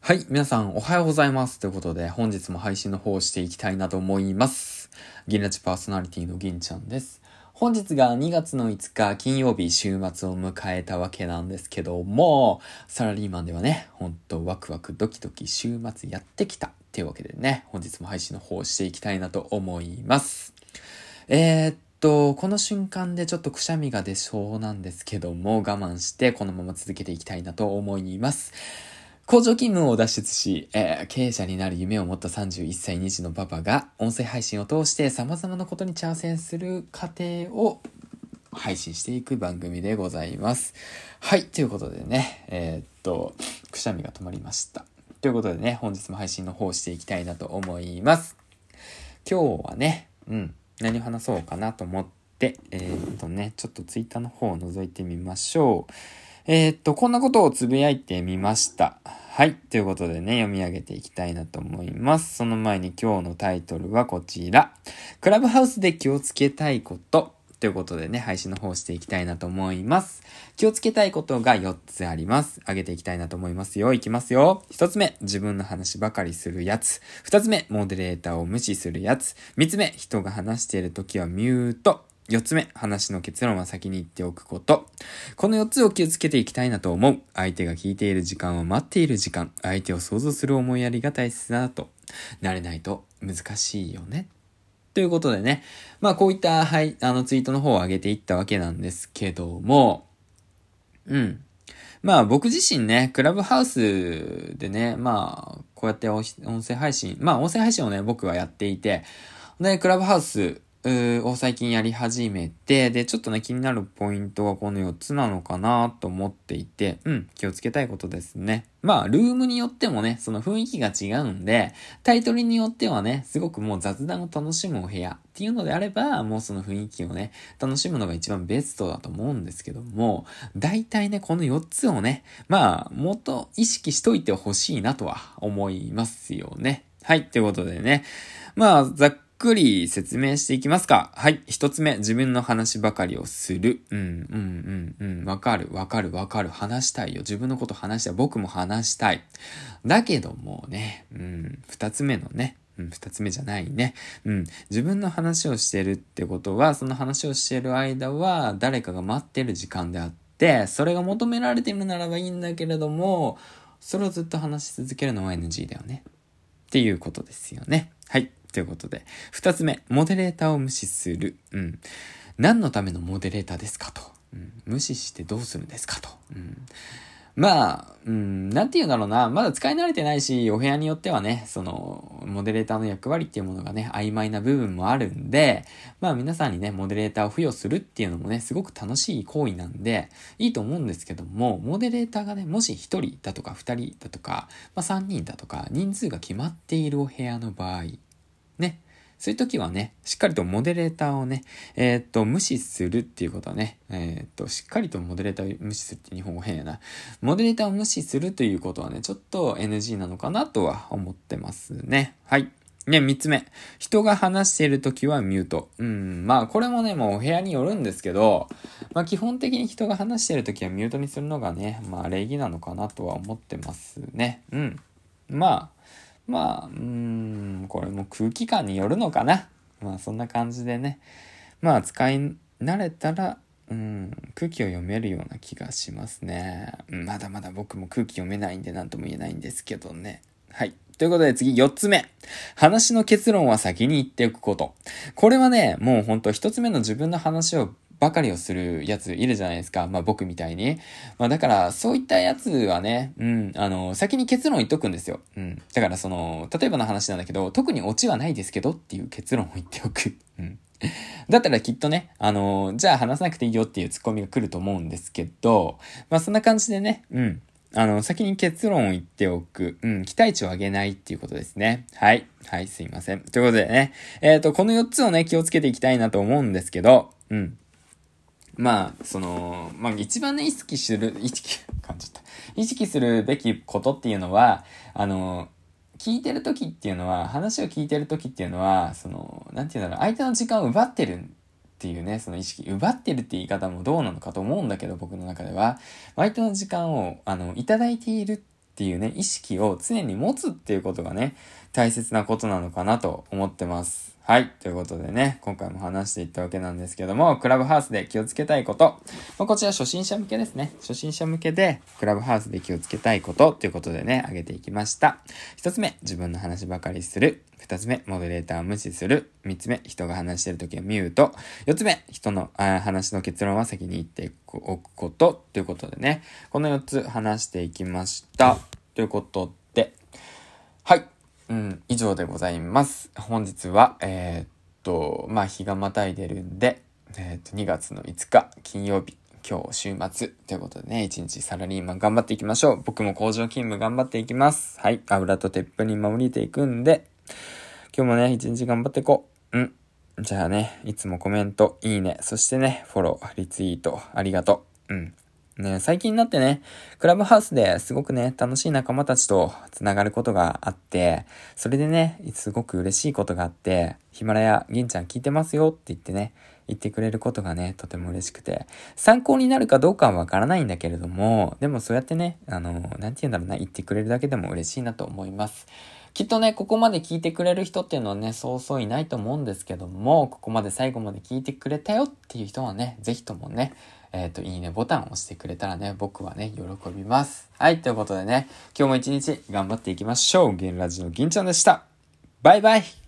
はい、皆さんおはようございます。ということで、本日も配信の方をしていきたいなと思います。銀ラジパーソナリティの銀ちゃんです。本日が2月の5日金曜日週末を迎えたわけなんですけども、サラリーマンではね、ほんとワクワクドキドキ週末やってきたっていうわけでね、本日も配信の方をしていきたいなと思います。この瞬間でちょっとくしゃみが出そうなんですけども、我慢してこのまま続けていきたいなと思います。工場勤務を脱出し、経営者になる夢を持った31歳2児のパパが音声配信を通して様々なことに挑戦する過程を配信していく番組でございます。はい、ということでね、くしゃみが止まりました。ということでね、本日も配信の方をしていきたいなと思います。今日はね、何を話そうかなと思って、ちょっとツイッターの方を覗いてみましょう。こんなことをつぶやいてみました。はい。ということでね、読み上げていきたいなと思います。その前に今日のタイトルはこちら。クラブハウスで気をつけたいこと。ということでね、配信の方をしていきたいなと思います。気をつけたいことが4つあります。上げていきたいなと思いますよ。いきますよ。1つ目、自分の話ばかりするやつ。2つ目、モデレーターを無視するやつ。3つ目、人が話しているときはミュート。4つ目、話の結論は先に言っておくこと。この4つを気をつけていきたいなと思う。相手が聞いている時間は待っている時間。相手を想像する思いやりが大切だと。慣れないと難しいよね。ということでね。こういった、ツイートの方を上げていったわけなんですけども、僕自身ね、クラブハウスでね、こうやって音声配信をね、僕はやっていて、で、クラブハウス、を最近やり始めて、で、ちょっとね、気になるポイントはこの4つなのかなと思っていて、気をつけたいことですね。ルームによってもね、その雰囲気が違うんで、タイトルによってはね、すごくもう雑談を楽しむお部屋っていうのであれば、もうその雰囲気をね、楽しむのが一番ベストだと思うんですけども、大体ね、この4つをね、もっと意識しといてほしいなとは思いますよね。はい、ということでね、ざっくり説明していきますか。はい。一つ目、自分の話ばかりをする。わかる。話したいよ。自分のこと話したい。僕も話したい。だけどもね、二つ目のね、二つ目じゃないね。自分の話をしてるってことは、その話をしてる間は、誰かが待ってる時間であって、それが求められているならばいいんだけれども、それをずっと話し続けるのは NG だよね。っていうことですよね。はい。ということで、二つ目、モデレーターを無視する。何のためのモデレーターですかと。無視してどうするんですかと。なんて言うんだろうな。まだ使い慣れてないし、お部屋によってはね、その、モデレーターの役割っていうものがね、曖昧な部分もあるんで、皆さんにね、モデレーターを付与するっていうのもね、すごく楽しい行為なんで、いいと思うんですけども、モデレーターがね、もし1人だとか2人だとか、3人だとか、人数が決まっているお部屋の場合、ね。そういう時はね、しっかりとモデレーターをね、無視するっていうことはね、しっかりとモデレーターを無視するって日本語変やな。モデレーターを無視するということはね、ちょっと NG なのかなとは思ってますね。はい。三つ目。人が話している時はミュート。これもね、もうお部屋によるんですけど、基本的に人が話している時はミュートにするのがね、礼儀なのかなとは思ってますね。これも空気感によるのかな。そんな感じでね。使い慣れたら、空気を読めるような気がしますね。まだまだ僕も空気読めないんで何とも言えないんですけどね。はい。ということで次4つ目。話の結論は先に言っておくこと。これはね、もうほんと1つ目の自分の話をばかりをするやついるじゃないですか。僕みたいに。だから、そういったやつはね、先に結論言っとくんですよ。だから例えばの話なんだけど、特にオチはないですけどっていう結論を言っておく。だったらきっとね、じゃあ話さなくていいよっていうツッコミが来ると思うんですけど、そんな感じでね、先に結論を言っておく。期待値を上げないっていうことですね。はい。はい、すいません。ということでね、この4つをね、気をつけていきたいなと思うんですけど、一番ね、意識するべきことっていうのは、聞いてる時っていうのは、話を聞いてる時っていうのは、なんていうんだろう、相手の時間を奪ってるっていうね、その意識、奪ってるって言い方もどうなのかと思うんだけど、僕の中では、相手の時間を、いただいているっていうね、意識を常に持つっていうことがね、大切なことなのかなと思ってます。はい。ということでね、今回も話していったわけなんですけども、クラブハウスで気をつけたいこと。こちら初心者向けですね。初心者向けで、クラブハウスで気をつけたいことということでね、挙げていきました。一つ目、自分の話ばかりする。二つ目、モデレーターを無視する。三つ目、人が話しているときはミュート。四つ目、人の話の結論は先に言っておくことということでね、この4つ話していきました。ということで、はい。以上でございます。本日は、日がまたいでるんで、2月の5日金曜日、今日週末ということでね、一日サラリーマン頑張っていきましょう。僕も工場勤務頑張っていきます。はい。油と鉄粉に守りていくんで、今日もね、一日頑張っていこう。じゃあね、いつもコメント、いいね、そしてね、フォロー、リツイート、ありがとう。ね、最近になってね、クラブハウスですごくね、楽しい仲間たちとつながることがあって、それでね、すごく嬉しいことがあって、ヒマラヤ、銀ちゃん聞いてますよって言ってね、言ってくれることがね、とても嬉しくて、参考になるかどうかはわからないんだけれども、でもそうやってね、なんて言うんだろうな、言ってくれるだけでも嬉しいなと思います。きっとね、ここまで聞いてくれる人っていうのはね、そうそういないと思うんですけども、ここまで最後まで聞いてくれたよっていう人はね、ぜひともね、いいねボタンを押してくれたらね、僕はね、喜びます。はい、ということでね、今日も一日頑張っていきましょう。ゲンラジの銀ちゃんでした。バイバイ。